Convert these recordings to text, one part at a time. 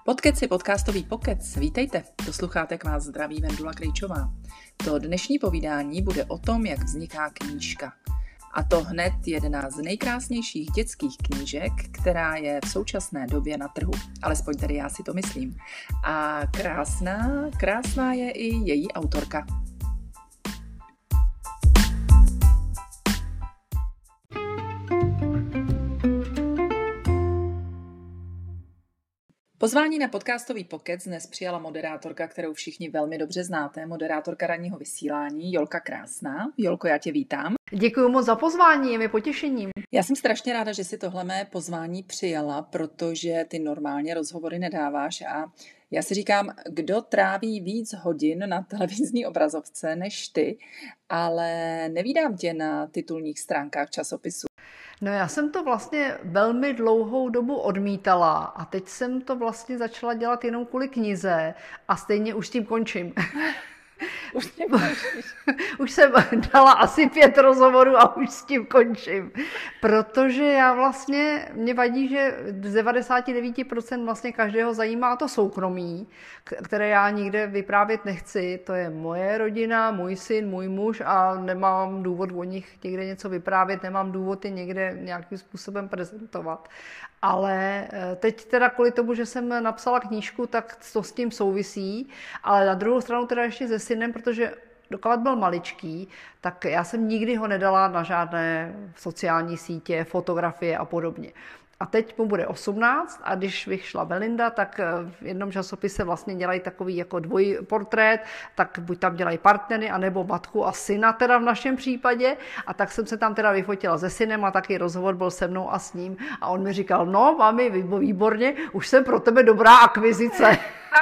Podkeci, podcastový pokec, vítejte, posloucháte, k vás zdraví Vendula Krejčová. To dnešní povídání bude o tom, jak vzniká knížka. A to hned jedna z nejkrásnějších dětských knížek, která je v současné době na trhu. Alespoň tedy já si to myslím. A krásná je i její autorka. Pozvání na podcastový pokec dnes přijala moderátorka, kterou všichni velmi dobře znáte, moderátorka ranního vysílání, Jolka Krásná. Jolko, já tě vítám. Děkuji moc za pozvání, je mi potěšením. Já jsem strašně ráda, že si tohle mé pozvání přijala, protože ty normálně rozhovory nedáváš a já si říkám, kdo tráví víc hodin na televizní obrazovce než ty, ale nevídám tě na titulních stránkách časopisu. No já jsem to vlastně velmi dlouhou dobu odmítala a teď jsem to vlastně začala dělat jenom kvůli knize a stejně už s tím končím. Už jsem dala asi 5 rozhovorů a už s tím končím. Protože já vlastně, mě vadí, že z 99% vlastně každého zajímá to soukromí, které já nikde vyprávět nechci. To je moje rodina, můj syn, můj muž a nemám důvod o nich někde něco vyprávět, nemám důvod je někde nějakým způsobem prezentovat. Ale teď teda kvůli tomu, že jsem napsala knížku, tak to s tím souvisí, ale na druhou stranu teda ještě se synem, protože dokud byl maličký, tak já jsem nikdy ho nedala na žádné sociální sítě, fotografie a podobně. A teď mu bude 18 a když vyšla Belinda, tak v jednom časopise vlastně dělají takový jako dvojportrét, tak buď tam dělají partnery, anebo matku a syna teda v našem případě. A tak jsem se tam teda vyfotila se synem a taky rozhovor byl se mnou a s ním. A on mi říkal, no mami, výborně, už jsem pro tebe dobrá akvizice.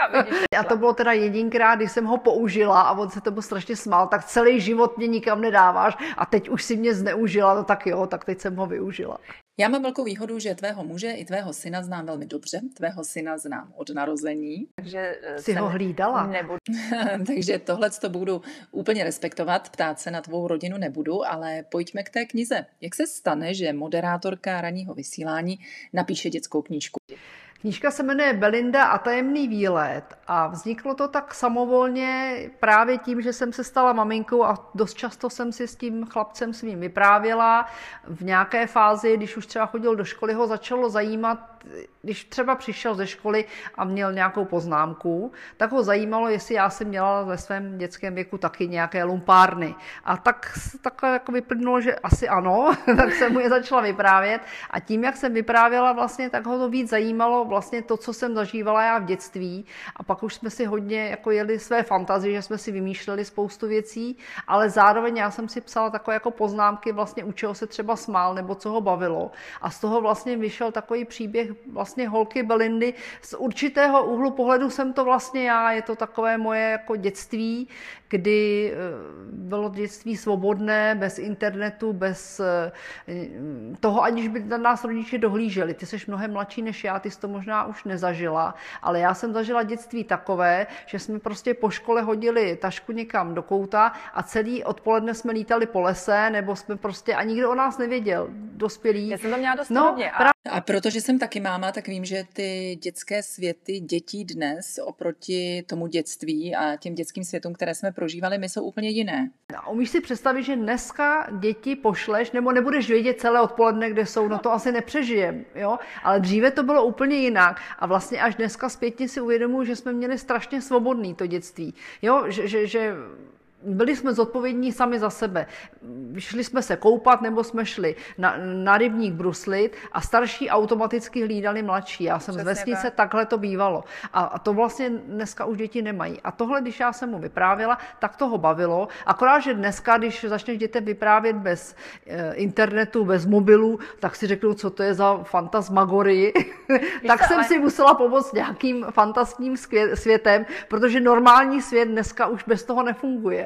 A to bylo teda jedinkrát, když jsem ho použila a on se tomu strašně smál, tak celý život mě nikam nedáváš a teď už si mě zneužila, no tak jo, tak teď jsem ho využila. Já mám velkou výhodu, že tvého muže i tvého syna znám velmi dobře. Tvého syna znám od narození. Takže jsi ho hlídala? Takže tohleto budu úplně respektovat, ptát se na tvou rodinu nebudu, ale pojďme k té knize. Jak se stane, že moderátorka ranního vysílání napíše dětskou knížku? Knížka se jmenuje Belinda a tajemný výlet a vzniklo to tak samovolně právě tím, že jsem se stala maminkou a dost často jsem si s tím chlapcem svým vyprávěla. V nějaké fázi, když už třeba chodil do školy, ho začalo zajímat, když třeba přišel ze školy a měl nějakou poznámku, tak ho zajímalo, jestli já jsem měla ve svém dětském věku taky nějaké lumpárny. A tak jako vyplnulo, že asi ano, tak jsem mu je začala vyprávět a tím, jak jsem vyprávěla vlastně, tak ho to víc zajímalo vlastně to, co jsem zažívala já v dětství a pak už jsme si hodně jako jeli své fantazie, že jsme si vymýšleli spoustu věcí, ale zároveň já jsem si psala takové jako poznámky vlastně u čeho se třeba smál nebo co ho bavilo a z toho vlastně vyšel takový příběh vlastně holky Belindy. Z určitého úhlu pohledu jsem to vlastně já, je to takové moje jako dětství, kdy bylo dětství svobodné, bez internetu, bez toho, aniž by na nás rodiče dohlíželi. Ty jsi mnohem mladší než já, ty jsi to možná už nezažila, ale já jsem zažila dětství takové, že jsme prostě po škole hodili tašku někam do kouta a celý odpoledne jsme lítali po lese, nebo jsme prostě, a nikdo o nás nevěděl, dospělí. Já jsem to měla dost hodně. A protože jsem taky máma, tak vím, že ty dětské světy dětí dnes oproti tomu dětství a těm dětským světům, které jsme prožívali, my jsou úplně jiné. A umíš si představit, že dneska děti pošleš, nebo nebudeš vědět celé odpoledne, kde jsou, no to asi nepřežijem, jo? Ale dříve to bylo úplně jinak a vlastně až dneska zpětně si uvědomuji, že jsme měli strašně svobodný to dětství, jo? Že byli jsme zodpovědní sami za sebe. Šli jsme se koupat nebo jsme šli na rybník bruslit a starší automaticky hlídali mladší. Já jsem z vesnice, takhle to bývalo. A to vlastně dneska už děti nemají. A tohle, když já jsem mu vyprávěla, tak toho bavilo. Akorát, že dneska, když začneš dětem vyprávět bez internetu, bez mobilu, tak si řeknou, co to je za fantasmagorii. Tak jsem si musela pomoct nějakým fantastním světem, protože normální svět dneska už bez toho nefunguje.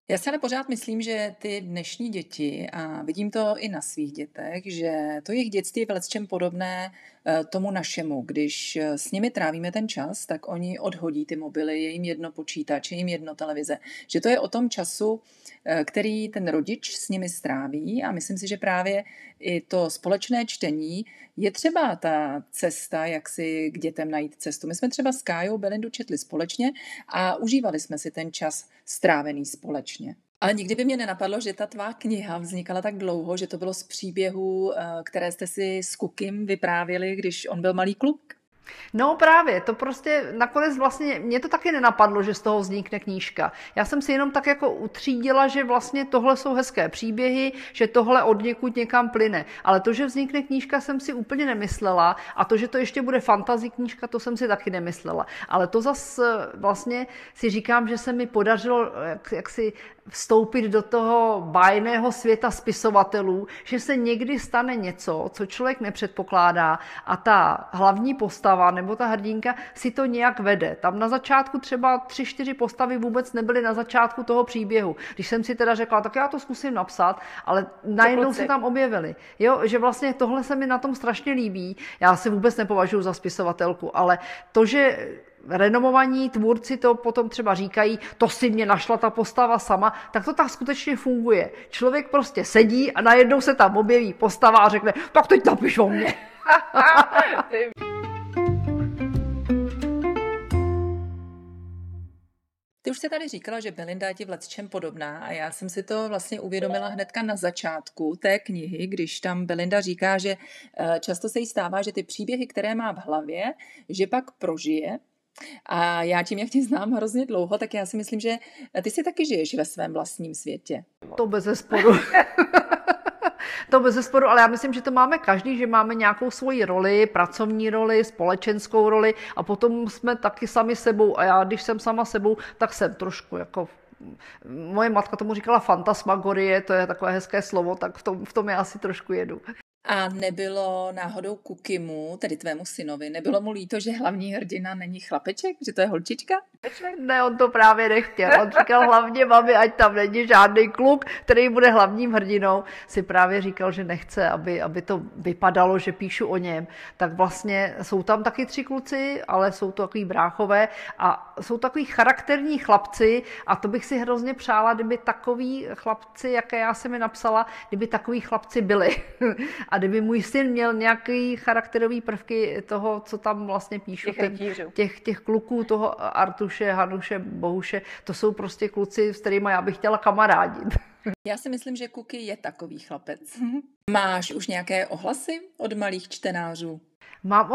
Já si ale pořád myslím, že ty dnešní děti, a vidím to i na svých dětech, že to jejich dětství je v lecčem podobné tomu našemu. Když s nimi trávíme ten čas, tak oni odhodí ty mobily, je jim jedno počítač, je jim jedno televize. Že to je o tom času, který ten rodič s nimi stráví, a myslím si, že právě i to společné čtení je třeba ta cesta, jak si k dětem najít cestu. My jsme třeba s Kájou Belindu četli společně a užívali jsme si ten čas strávený společně. Ale nikdy by mě nenapadlo, že ta tvá kniha vznikala tak dlouho, že to bylo z příběhů, které jste si s Kukim vyprávěli, když on byl malý kluk. No právě, to prostě nakonec vlastně, mě to taky nenapadlo, že z toho vznikne knížka. Já jsem si jenom tak jako utřídila, že vlastně tohle jsou hezké příběhy, že tohle od někud někam plyne. Ale to, že vznikne knížka, jsem si úplně nemyslela, a to, že to ještě bude fantasy knížka, to jsem si taky nemyslela. Ale to zas vlastně si říkám, že se mi podařilo jak si vstoupit do toho bájného světa spisovatelů, že se někdy stane něco, co člověk nepředpokládá, a ta hlavní postava nebo ta hrdinka si to nějak vede. Tam na začátku třeba 3-4 postavy vůbec nebyly na začátku toho příběhu. Když jsem si teda řekla, tak já to zkusím napsat, ale najednou se tam objevily. Jo, že vlastně tohle se mi na tom strašně líbí. Já si vůbec nepovažuji za spisovatelku, ale to, že renomovaní tvůrci to potom třeba říkají, to si mě našla ta postava sama, tak to tak skutečně funguje. Člověk prostě sedí a najednou se tam objeví postava a řekne, tak teď napiš o mně. Ty už jsi tady říkala, že Belinda je ti v lecčem podobná, a já jsem si to vlastně uvědomila hnedka na začátku té knihy, když tam Belinda říká, že často se jí stává, že ty příběhy, které má v hlavě, že pak prožije. A já tím, jak tě znám hrozně dlouho, tak já si myslím, že ty si taky žiješ ve svém vlastním světě. To bezesporu. To bezesporu, ale já myslím, že to máme každý, že máme nějakou svoji roli, pracovní roli, společenskou roli, a potom jsme taky sami sebou. A já, když jsem sama sebou, tak jsem trošku jako... Moje matka tomu říkala fantasmagorie, to je takové hezké slovo, tak v tom já asi trošku jedu. A nebylo náhodou Kukimu, tedy tvému synovi, nebylo mu líto, že hlavní hrdina není chlapeček, že to je holčička? Ne, on to právě nechtěl. On říkal hlavně mami, ať tam není žádný kluk, který bude hlavním hrdinou. Si právě říkal, že nechce, aby to vypadalo, že píšu o něm. Tak vlastně jsou tam taky 3 kluci, ale jsou to takový bráchové a jsou takový charakterní chlapci, a to bych si hrozně přála, kdyby takový chlapci, jaké já jsem mi napsala, kdyby takový chlapci byli. A kdyby můj syn měl nějaký charakterový prvky toho, co tam vlastně píšu, těch kluků, toho Artuše, Hanuše, Bohuše, to jsou prostě kluci, s kterými já bych chtěla kamarádit. Já si myslím, že Kuky je takový chlapec. Máš už nějaké ohlasy od malých čtenářů? Mám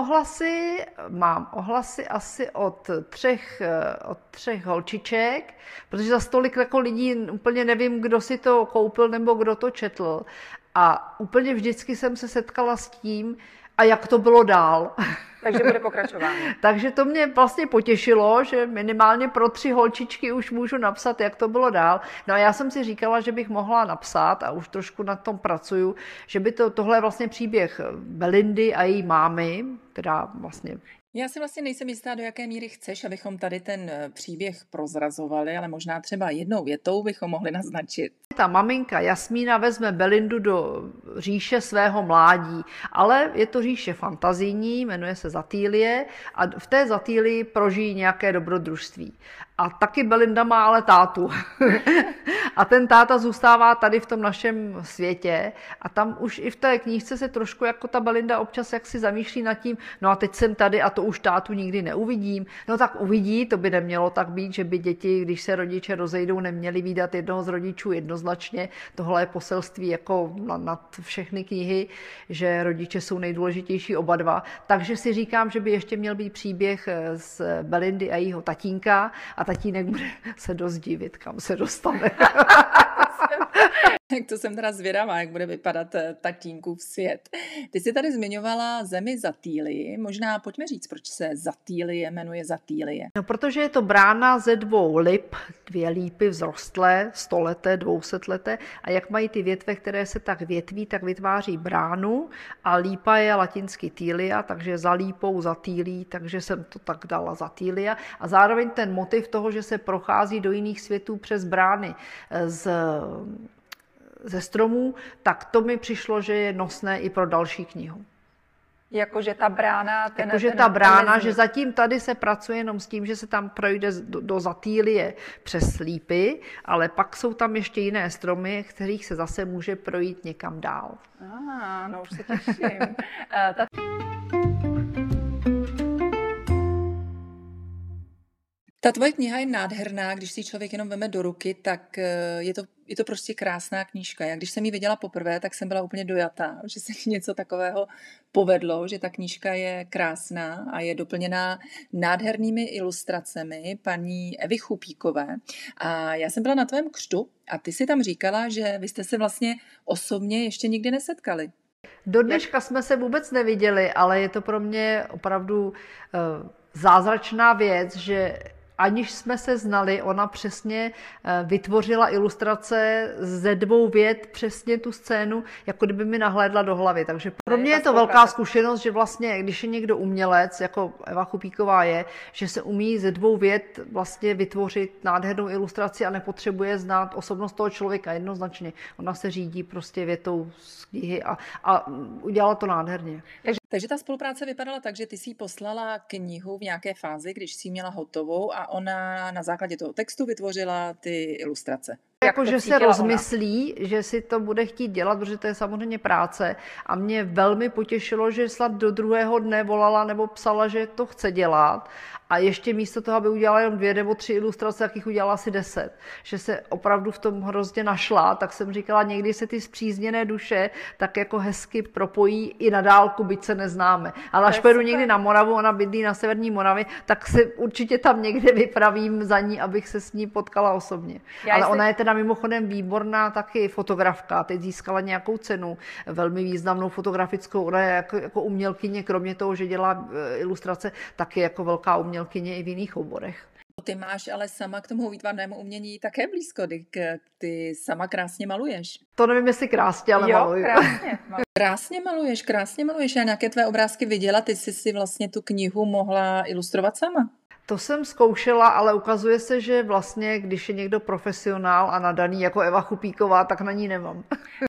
ohlasy asi od třech holčiček, protože za stolik jako lidí úplně nevím, kdo si to koupil nebo kdo to četl. A úplně vždycky jsem se setkala s tím, a jak to bylo dál. Takže bude pokračování. Takže to mě vlastně potěšilo, že minimálně pro 3 holčičky už můžu napsat, jak to bylo dál. No a já jsem si říkala, že bych mohla napsat, a už trošku na tom pracuju, že by tohle je vlastně příběh Belindy a její mámy, která vlastně... Já si vlastně nejsem jistá, do jaké míry chceš, abychom tady ten příběh prozrazovali, ale možná třeba jednou větou bychom mohli naznačit. Ta maminka Jasmína vezme Belindu do říše svého mládí, ale je to říše fantazijní, jmenuje se Zatýlie, a v té Zatýlii prožijí nějaké dobrodružství. A taky Belinda má ale tátu. A ten táta zůstává tady v tom našem světě, a tam už i v té knížce se trošku jako ta Belinda občas jak si zamýšlí nad tím, no a teď jsem tady a to už tátu nikdy neuvidím. No tak uvidí, to by nemělo tak být, že by děti, když se rodiče rozejdou, neměli vídat jednoho z rodičů jednoznačně. Tohle je poselství jako nad všechny knihy, že rodiče jsou nejdůležitější oba dva. Takže si říkám, že by ještě měl být příběh z Belindy a jejího tatínka, a tatínek bude se dost divit, kam se dostane. Tak to jsem teda zvědavá, jak bude vypadat tatínkův svět. Ty jsi tady zmiňovala zemi Zatýlii. Možná pojďme říct, proč se Zatýlie jmenuje Zatýlie. No, protože je to brána ze 2 lip, 2 lípy vzrostlé, 100leté, 200leté, a jak mají ty větve, které se tak větví, tak vytváří bránu, a lípa je latinsky týlia, takže za lípou Zatýlí, takže jsem to tak dala Zatýlia. A zároveň ten motiv toho, že se prochází do jiných světů přes brány ze stromů, tak to mi přišlo, že je nosné i pro další knihu. Jakože ta brána... Ta brána, že zatím tady se pracuje jenom s tím, že se tam projde do Zatýlie přes lípy, ale pak jsou tam ještě jiné stromy, kterých se zase může projít někam dál. No už se těším. Ta tvoje kniha je nádherná, když si člověk jenom veme do ruky, tak je to prostě krásná knížka. Já když jsem ji viděla poprvé, tak jsem byla úplně dojatá, že se mi něco takového povedlo, že ta knížka je krásná a je doplněná nádhernými ilustracemi paní Evy Chupíkové. A já jsem byla na tvém křtu a ty si tam říkala, že vy jste se vlastně osobně ještě nikdy nesetkali. Do dneška jsme se vůbec neviděli, ale je to pro mě opravdu zázračná věc, že aniž jsme se znali, ona přesně vytvořila ilustrace ze 2 vět, přesně tu scénu, jako kdyby mi nahlédla do hlavy. Takže pro mě je to velká zkušenost, že vlastně, když je někdo umělec, jako Eva Chupíková je, že se umí ze 2 vět vlastně vytvořit nádhernou ilustraci a nepotřebuje znát osobnost toho člověka jednoznačně. Ona se řídí prostě větou z knihy a udělala to nádherně. Takže ta spolupráce vypadala tak, že ty si jí poslala knihu v nějaké fázi, když si ji měla hotovou, a ona na základě toho textu vytvořila ty ilustrace. Jako, že se rozmyslí, že si to bude chtít dělat, protože to je samozřejmě práce, a mě velmi potěšilo, že snad do 2. dne volala nebo psala, že to chce dělat, a ještě místo toho, aby udělala jenom 2 nebo 3 ilustrace, jakých udělala asi 10. Že se opravdu v tom hrozně našla, tak jsem říkala, někdy se ty spřízněné duše tak jako hezky propojí i na dálku, byť se neznáme. Ale až pojedu někdy na Moravu, ona bydlí na severní Moravě, tak se určitě tam někde vypravím za ní, abych se s ní potkala osobně. Ale ona je teda mimochodem výborná taky fotografka, teď získala nějakou cenu, velmi významnou fotografickou, ona je jako umělkyně, kromě toho, že dělá ilustrace, taky jako velká umělkyně i v jiných oborech. Ty máš ale sama k tomu výtvarnému umění také blízko, ty sama krásně maluješ. To nevím, jestli krásně, ale maluju. Krásně maluješ. Já nějaké tvé obrázky viděla, ty jsi si vlastně tu knihu mohla ilustrovat sama. To jsem zkoušela, ale ukazuje se, že vlastně, když je někdo profesionál a nadaný jako Eva Chupíková, tak na ní nemám.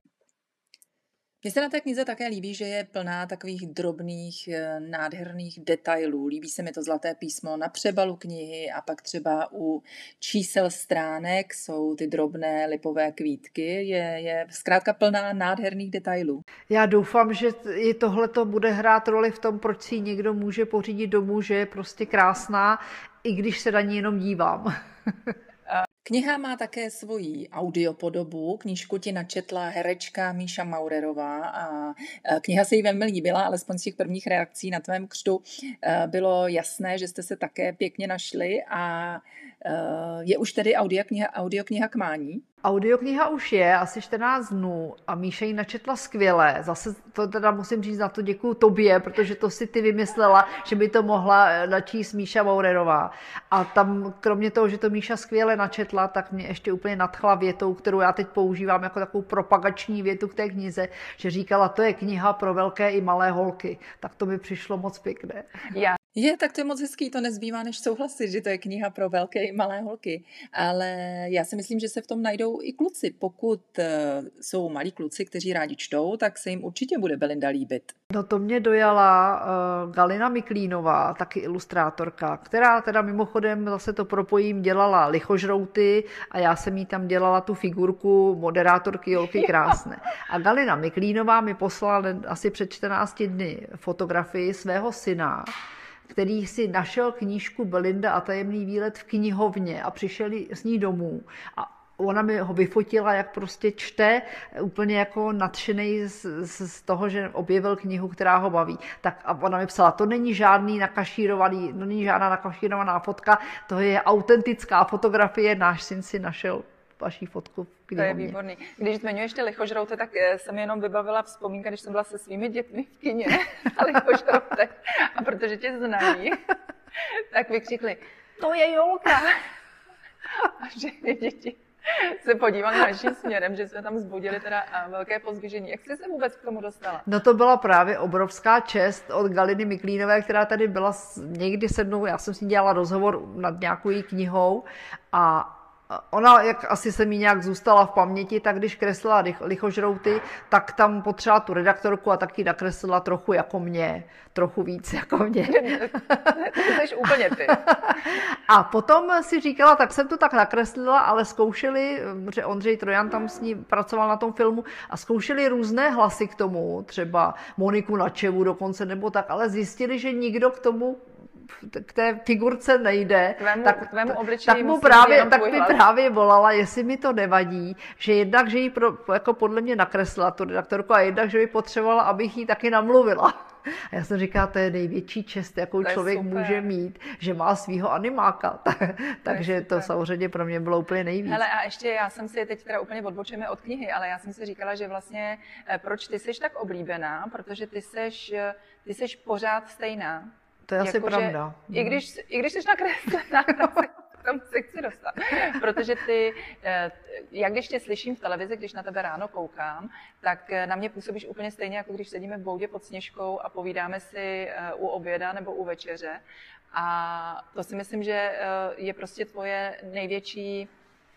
Mně se na té knize také líbí, že je plná takových drobných, nádherných detailů. Líbí se mi to zlaté písmo na přebalu knihy a pak třeba u čísel stránek jsou ty drobné lipové kvítky. Je zkrátka plná nádherných detailů. Já doufám, že i tohleto bude hrát roli v tom, proč si někdo může pořídit domů, že je prostě krásná, i když se na ní jenom dívám. Kniha má také svoji audiopodobu. Knížku ti načetla herečka Míša Maurerová a kniha se jí velmi líbila, alespoň z těch prvních reakcí na tvém křtu bylo jasné, že jste se také pěkně našli, a je už tedy audiokniha k mání? Audiokniha už je asi 14 dnů a Míša ji načetla skvěle. Zase to teda musím říct, na to děkuju tobě, protože to si ty vymyslela, že by to mohla načíst Míša Maurerová. A tam kromě toho, že to Míša skvěle načetla, tak mě ještě úplně nadchla větou, kterou já teď používám jako takovou propagační větu k té knize, že říkala, to je kniha pro velké i malé holky. Tak to mi přišlo moc pěkné. Tak to je moc hezký, to nezbývá než souhlasit, že to je kniha pro velké i malé holky. Ale já si myslím, že se v tom najdou i kluci. Pokud jsou malí kluci, kteří rádi čtou, tak se jim určitě bude Belinda líbit. No to mě dojala Galina Miklínová, taky ilustrátorka, která teda mimochodem, zase to propojím, dělala lichožrouty a já jsem jí tam dělala tu figurku moderátorky Jolky Krásné. A Galina Miklínová mi poslala asi před 14 dny fotografii svého syna, který si našel knížku Belinda a tajemný výlet v knihovně a přišel s ní domů. A ona mi ho vyfotila, jak prostě čte, úplně jako nadšenej z toho, že objevil knihu, která ho baví. Tak a ona mi psala, to není žádná nakašírovaná fotka, to je autentická fotografie, náš syn si našel vaší fotku v To je knihovně. výborný. Když zmiňuješ ty lichožrouty, tak se mi jenom vybavila vzpomínka, když jsem byla se svými dětmi v kině a lichožroutech. A protože tě znají, tak vykřikli, to je Jolka. A všechny děti se podívali naším směrem, že jsme tam vzbudili teda velké pozdvižení. Jak jsi se vůbec k tomu dostala? No to byla právě obrovská čest od Galiny Miklínové, která tady byla někdy se mnou, já jsem s ní dělala rozhovor nad nějakou její knihou a ona, jak asi se mi nějak zůstala v paměti, tak když kreslila lichožrouty, tak tam potřeba tu redaktorku a taky nakreslila trochu jako mě, trochu víc jako mě. To jsi úplně ty. A potom si říkala, tak jsem to tak nakreslila, ale zkoušeli, že Ondřej Trojan tam s ní pracoval na tom filmu a zkoušeli různé hlasy k tomu, třeba Moniku Načevu dokonce nebo tak, ale zjistili, že nikdo k tomu k té figurce nejde, tak mi právě volala, jestli mi to nevadí, že jednak, že jí jako podle mě nakreslila tu redaktorku a jednak, že by potřebovala, abych jí taky namluvila. A já jsem říkala, to je největší čest, jakou člověk může mít, že má svýho animáka. Takže to samozřejmě pro mě bylo úplně nejvíc. Hele, a ještě já jsem si teď teda úplně odbočujeme od knihy, ale já jsem si říkala, že vlastně proč ty jsi tak oblíbená, protože ty jsi pořád stejná. To je asi pravda. I když jsi nakreslená, tam se chci dostat. Protože ty, jak když tě slyším v televizi, když na tebe ráno koukám, tak na mě působíš úplně stejně, jako když sedíme v boudě pod Sněžkou a povídáme si u oběda nebo u večeře. A to si myslím, že je prostě tvoje největší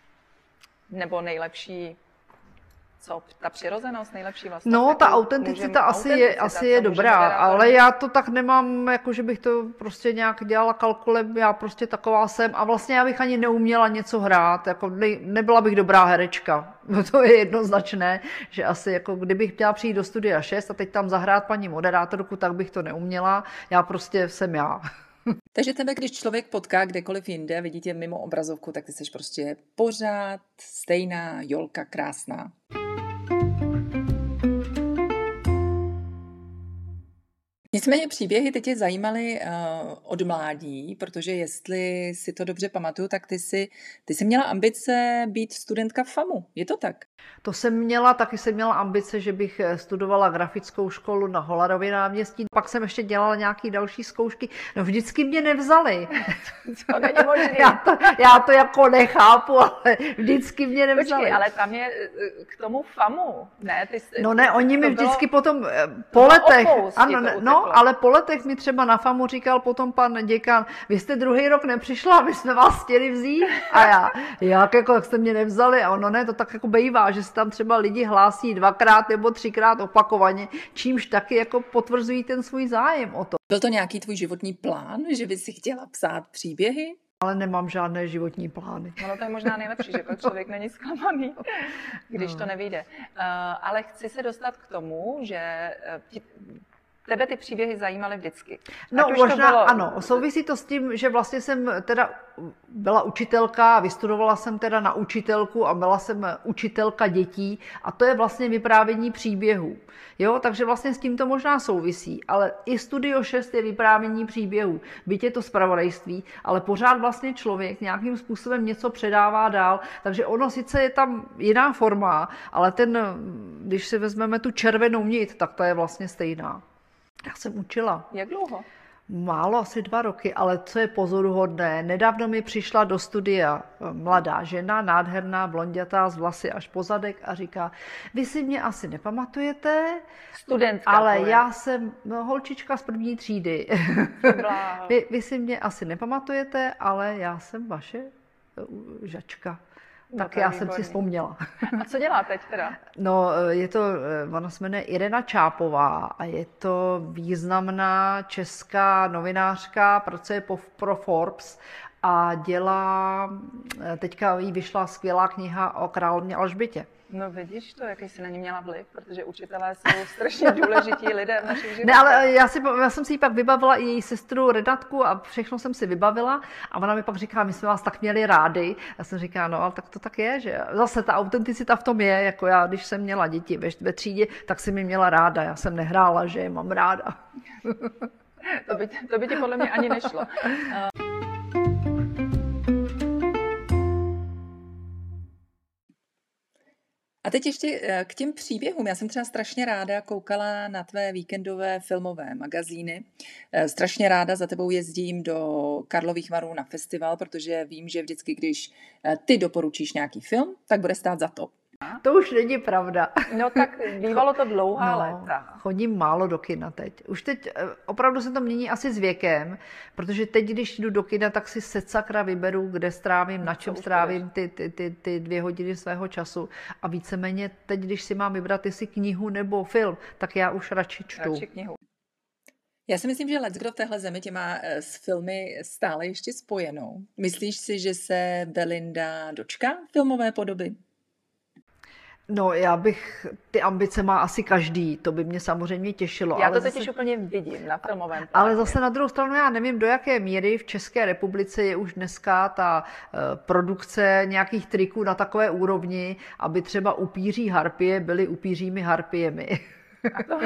nebo nejlepší, co, ta přirozenost, nejlepší vlastnost? No, ta autenticita asi je dobrá, ale já to tak nemám, jako že bych to prostě nějak dělala kalkulem, já prostě taková jsem a vlastně já bych ani neuměla něco hrát, jako nebyla bych dobrá herečka, to je jednoznačné, že asi jako kdybych chtěla přijít do Studia 6 a teď tam zahrát paní moderátorku, tak bych to neuměla, já prostě jsem já. Takže tebe, když člověk potká kdekoliv jinde a vidí tě mimo obrazovku, tak ty jsi prostě pořád stejná Jolka krásná. Nicméně příběhy ty tě zajímaly od mládí, protože jestli si to dobře pamatuju, tak ty jsi měla ambice být studentka FAMu. Je to tak? To jsem měla, taky jsem měla ambice, že bych studovala grafickou školu na Holarově náměstí. Pak jsem ještě dělala nějaké další zkoušky. No vždycky mě nevzali. To není možný. Já to jako nechápu, ale vždycky mě nevzali. Počkej, ale tam je k tomu FAMu, ne? No ne, oni mi vždycky potom po letech, ale po letech mi třeba na FAMu říkal potom pan děkan, vy jste druhý rok nepřišla, my jsme vás chtěli vzít. A jak jste mě nevzali? A ono ne, to tak jako bejvá, že se tam třeba lidi hlásí 2x nebo 3x opakovaně, čímž taky jako potvrzují ten svůj zájem o to. Byl to nějaký tvůj životní plán, že bys si chtěla psát příběhy? Ale nemám žádné životní plány. No to je možná nejlepší, že člověk není zklamaný, když to nevyjde. Ale chci se dostat k tomu, že tebe ty příběhy zajímaly vždycky. No možná ano, souvisí to s tím, že vlastně jsem teda byla učitelka, vystudovala jsem teda na učitelku a byla jsem učitelka dětí a to je vlastně vyprávění příběhů. Jo, takže vlastně s tím to možná souvisí, ale i Studio 6 je vyprávění příběhů. Byť je to zpravodajství, ale pořád vlastně člověk nějakým způsobem něco předává dál, takže ono sice je tam jiná forma, ale když si vezmeme tu červenou nit, tak ta je vlastně stejná. Já jsem učila. Jak dlouho? Málo, asi 2 roky, ale co je pozoruhodné, nedávno mi přišla do studia mladá žena, nádherná, blondětá, z vlasy až po zadek a říká, vy si mě asi nepamatujete, studentka, ale já jsem holčička z 1. třídy. Vy si mě asi nepamatujete, ale já jsem vaše žačka. Tak já jsem si vzpomněla. A co dělá teď teda? No, ona se jmenuje Irena Čápová a je to významná česká novinářka, pracuje pro Forbes a teďka jí vyšla skvělá kniha o královně Alžbětě. No vidíš to, jaký jsi na ní měla vliv, protože učitelé jsou strašně důležití lidé v našich životech. Ne, ale já jsem si ji pak vybavila i její sestru Renatku a všechno jsem si vybavila a ona mi pak říká, my jsme vás tak měli rádi. Já jsem říkala, no ale tak to tak je, že zase ta autenticita v tom je, jako já, když jsem měla děti ve třídě, tak jsem mi měla ráda, já jsem nehrála, že je mám ráda. To by ti podle mě ani nešlo. A teď ještě k těm příběhům. Já jsem třeba strašně ráda koukala na tvé víkendové filmové magazíny. Strašně ráda za tebou jezdím do Karlových Varů na festival, protože vím, že vždycky, když ty doporučíš nějaký film, tak bude stát za to. To už není pravda. No tak bývalo to dlouhá léta. Chodím málo do kina teď. Už teď opravdu se to mění asi s věkem, protože teď, když jdu do kina, tak si sakra vyberu, kde strávím, na čem strávím ty 2 hodiny svého času. A víceméně teď, když si mám vybrat, jestli knihu nebo film, tak já už radši čtu. Radši knihu. Já si myslím, že leckdo v téhle zemi tě má s filmy stále ještě spojenou. Myslíš si, že se Belinda dočká filmové podoby? No, ty ambice má asi každý, to by mě samozřejmě těšilo. Já to totiž úplně vidím na filmovém plánu. Ale zase na druhou stranu já nevím, do jaké míry v České republice je už dneska ta produkce nějakých triků na takové úrovni, aby třeba upíří harpie byly upířími harpiemi. A to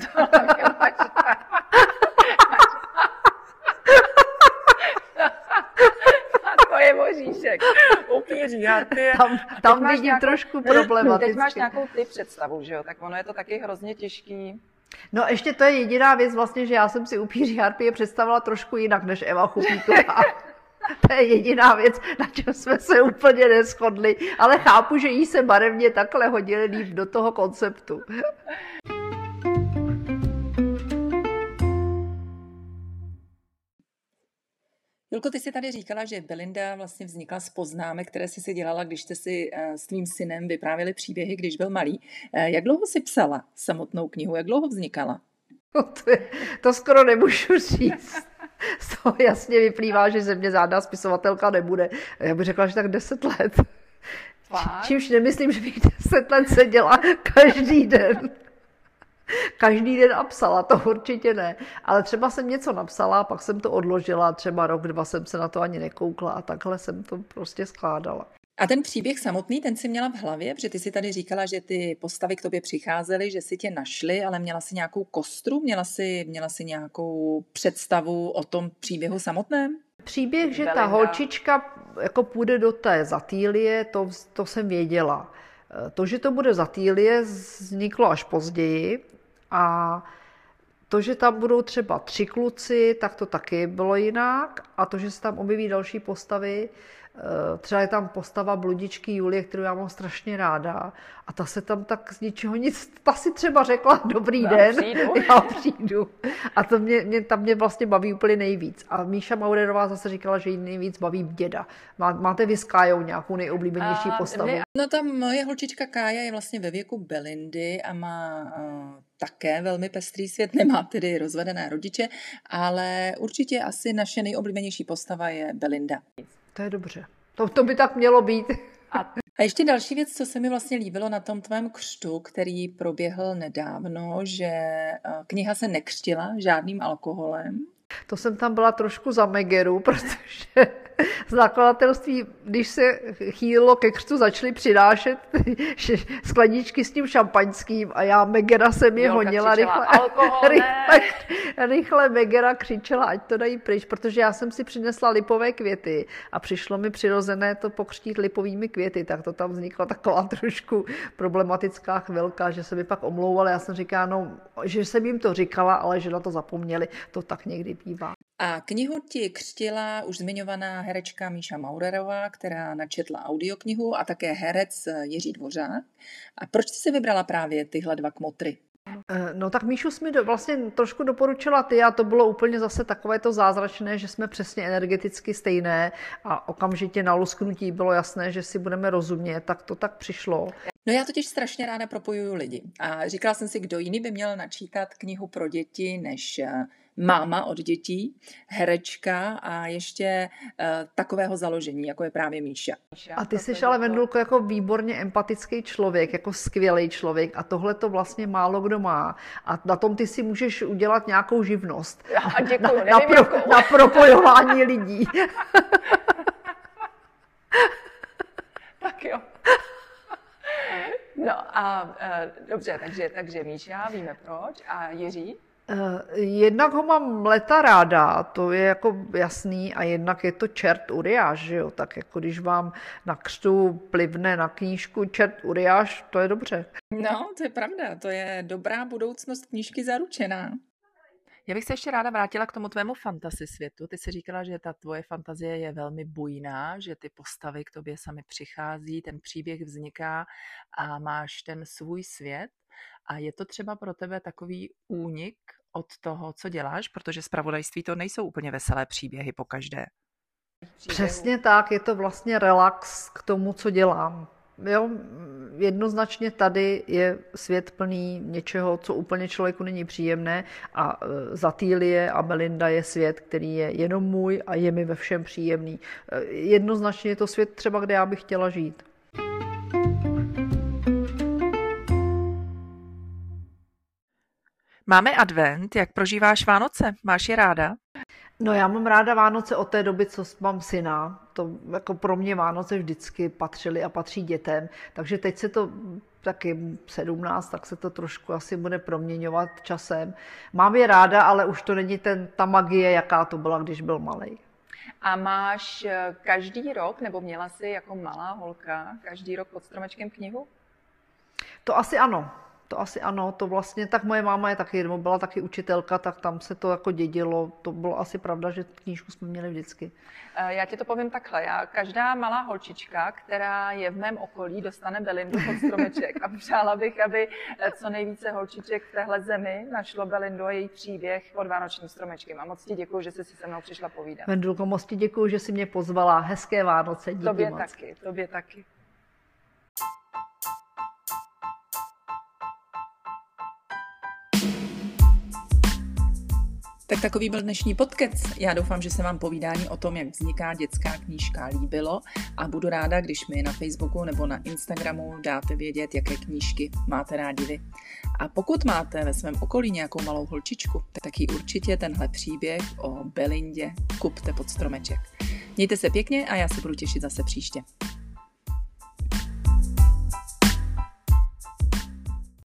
je Božíšek. Upíří harpie. Tam vidím trošku problematicky. Teď máš nějakou ty představu, že jo? Tak ono je to taky hrozně těžký. No ještě to je jediná věc vlastně, že já jsem si upíří harpie představila trošku jinak než Eva Chupíková. To je jediná věc, na čem jsme se úplně neshodli, ale chápu, že jí se barevně takhle hodili líp do toho konceptu. Julko, ty jsi tady říkala, že Belinda vlastně vznikla z poznámek, které jsi si dělala, když jste si s tvým synem vyprávěli příběhy, když byl malý. Jak dlouho jsi psala samotnou knihu? Jak dlouho vznikala? To skoro nemůžu říct. Z toho jasně vyplývá, že ze mě žádná spisovatelka nebude. Já bych řekla, že tak 10 let. Čímž nemyslím, že bych 10 let seděla každý den. Každý den a psala, to určitě ne. Ale třeba jsem něco napsala, pak jsem to odložila, třeba rok, 2 jsem se na to ani nekoukla a takhle jsem to prostě skládala. A ten příběh samotný, ten jsi měla v hlavě? Protože ty si tady říkala, že ty postavy k tobě přicházely, že si tě našly, ale měla si nějakou kostru? Měla si nějakou představu o tom příběhu samotném? Příběh, že ta holčička jako půjde do té Zatýlie, to jsem věděla. To, že to bude Zatýlie, vzniklo až později a to, že tam budou třeba 3 kluci, tak to taky bylo jinak a to, že se tam objeví další postavy, třeba je tam postava bludičky Julie, kterou já mám strašně ráda a ta se tam tak z ničeho nic, ta si třeba řekla dobrý den, já přijdu. A to mě vlastně baví úplně nejvíc. A Míša Maurerová zase říkala, že jí nejvíc baví děda. Máte vy s Kájou nějakou nejoblíbenější postavu? No ta moje holčička Kája je vlastně ve věku Belindy a má také velmi pestrý svět, nemá tedy rozvedené rodiče, ale určitě asi naše nejoblíbenější postava je Belinda. To je dobře. To by tak mělo být. A ještě další věc, co se mi vlastně líbilo na tom tvém křtu, který proběhl nedávno, že kniha se nekřtila žádným alkoholem. To jsem tam byla trošku za megeru, protože z nakladatelství, když se chýlilo ke křtu, začaly přinášet skleničky s tím šampaňským a já megera jsem je honila rychle megera křičela, ať to dají pryč, protože já jsem si přinesla lipové květy a přišlo mi přirozené to pokřtít lipovými květy, tak to tam vznikla taková trošku problematická chvilka, že se mi pak omlouvala. Já jsem říkala, no, že jsem jim to říkala, ale že na to zapomněli, to tak někdy bývá. A knihu ti křtila už zmiňovaná herečka Míša Maurerová, která načetla audioknihu a také herec Jiří Dvořák. A proč jsi si vybrala právě tyhle 2 kmotry? No tak Míšu jsi mi vlastně trošku doporučila ty a to bylo úplně zase takové to zázračné, že jsme přesně energeticky stejné a okamžitě na lusknutí bylo jasné, že si budeme rozumět, tak to tak přišlo. No já totiž strašně ráda propojuju lidi a říkala jsem si, kdo jiný by měl načítat knihu pro děti než máma od dětí, herečka a ještě takového založení, jako je právě Míša. A ty jsi ale, Vendulko, jako výborně empatický člověk, jako skvělý člověk a tohle to vlastně málo kdo má. A na tom ty si můžeš udělat nějakou živnost. Děkuju, na propojování lidí. Tak jo. No a dobře, takže Míša, víme proč. A Jiří? Jednak ho mám leta ráda, to je jako jasný, a jednak je to čert Uriáš, že jo, tak jako když vám na křtu plivne na knížku čert Uriáš, to je dobře. No, to je pravda, to je dobrá budoucnost knížky zaručená. Já bych se ještě ráda vrátila k tomu tvému fantasy světu. Ty jsi říkala, že ta tvoje fantazie je velmi bujná, že ty postavy k tobě sami přichází, ten příběh vzniká a máš ten svůj svět. A je to třeba pro tebe takový únik od toho, co děláš, protože zpravodajství to nejsou úplně veselé příběhy pokaždé. Přesně tak, je to vlastně relax k tomu, co dělám. Jo, jednoznačně tady je svět plný něčeho, co úplně člověku není příjemné, a Zatýlie a Belinda je svět, který je jenom můj a je mi ve všem příjemný. Jednoznačně je to svět třeba, kde já bych chtěla žít. Máme advent, jak prožíváš Vánoce? Máš je ráda? No, já mám ráda Vánoce od té doby, co mám syna. To jako pro mě Vánoce vždycky patřily a patří dětem. Takže teď se to taky 17, tak se to trošku asi bude proměňovat časem. Mám je ráda, ale už to není ta magie, jaká to byla, když byl malej. A máš každý rok, nebo měla jsi jako malá holka každý rok pod stromečkem knihu? To asi ano. To vlastně, tak moje máma je taky, nebo byla taky učitelka, tak tam se to jako dědilo. To bylo asi pravda, že knížku jsme měli vždycky. Já ti to povím takhle. Každá malá holčička, která je v mém okolí, dostane Belindu pod stromeček. A přála bych, aby co nejvíce holčiček v téhle zemi našlo Belindu a její příběh pod vánočním stromečkem. A moc ti děkuju, že jsi si se mnou přišla povídat. Vendulko, moc ti děkuju, že jsi mě pozvala. Hezké Vánoce, díky Tobě moc. Tobě taky. Tak takový byl dnešní podcast. Já doufám, že se vám povídání o tom, jak vzniká dětská knížka, líbilo, a budu ráda, když mi na Facebooku nebo na Instagramu dáte vědět, jaké knížky máte rádi vy. A pokud máte ve svém okolí nějakou malou holčičku, tak jí určitě tenhle příběh o Belindě kupte pod stromeček. Mějte se pěkně a já se budu těšit zase příště.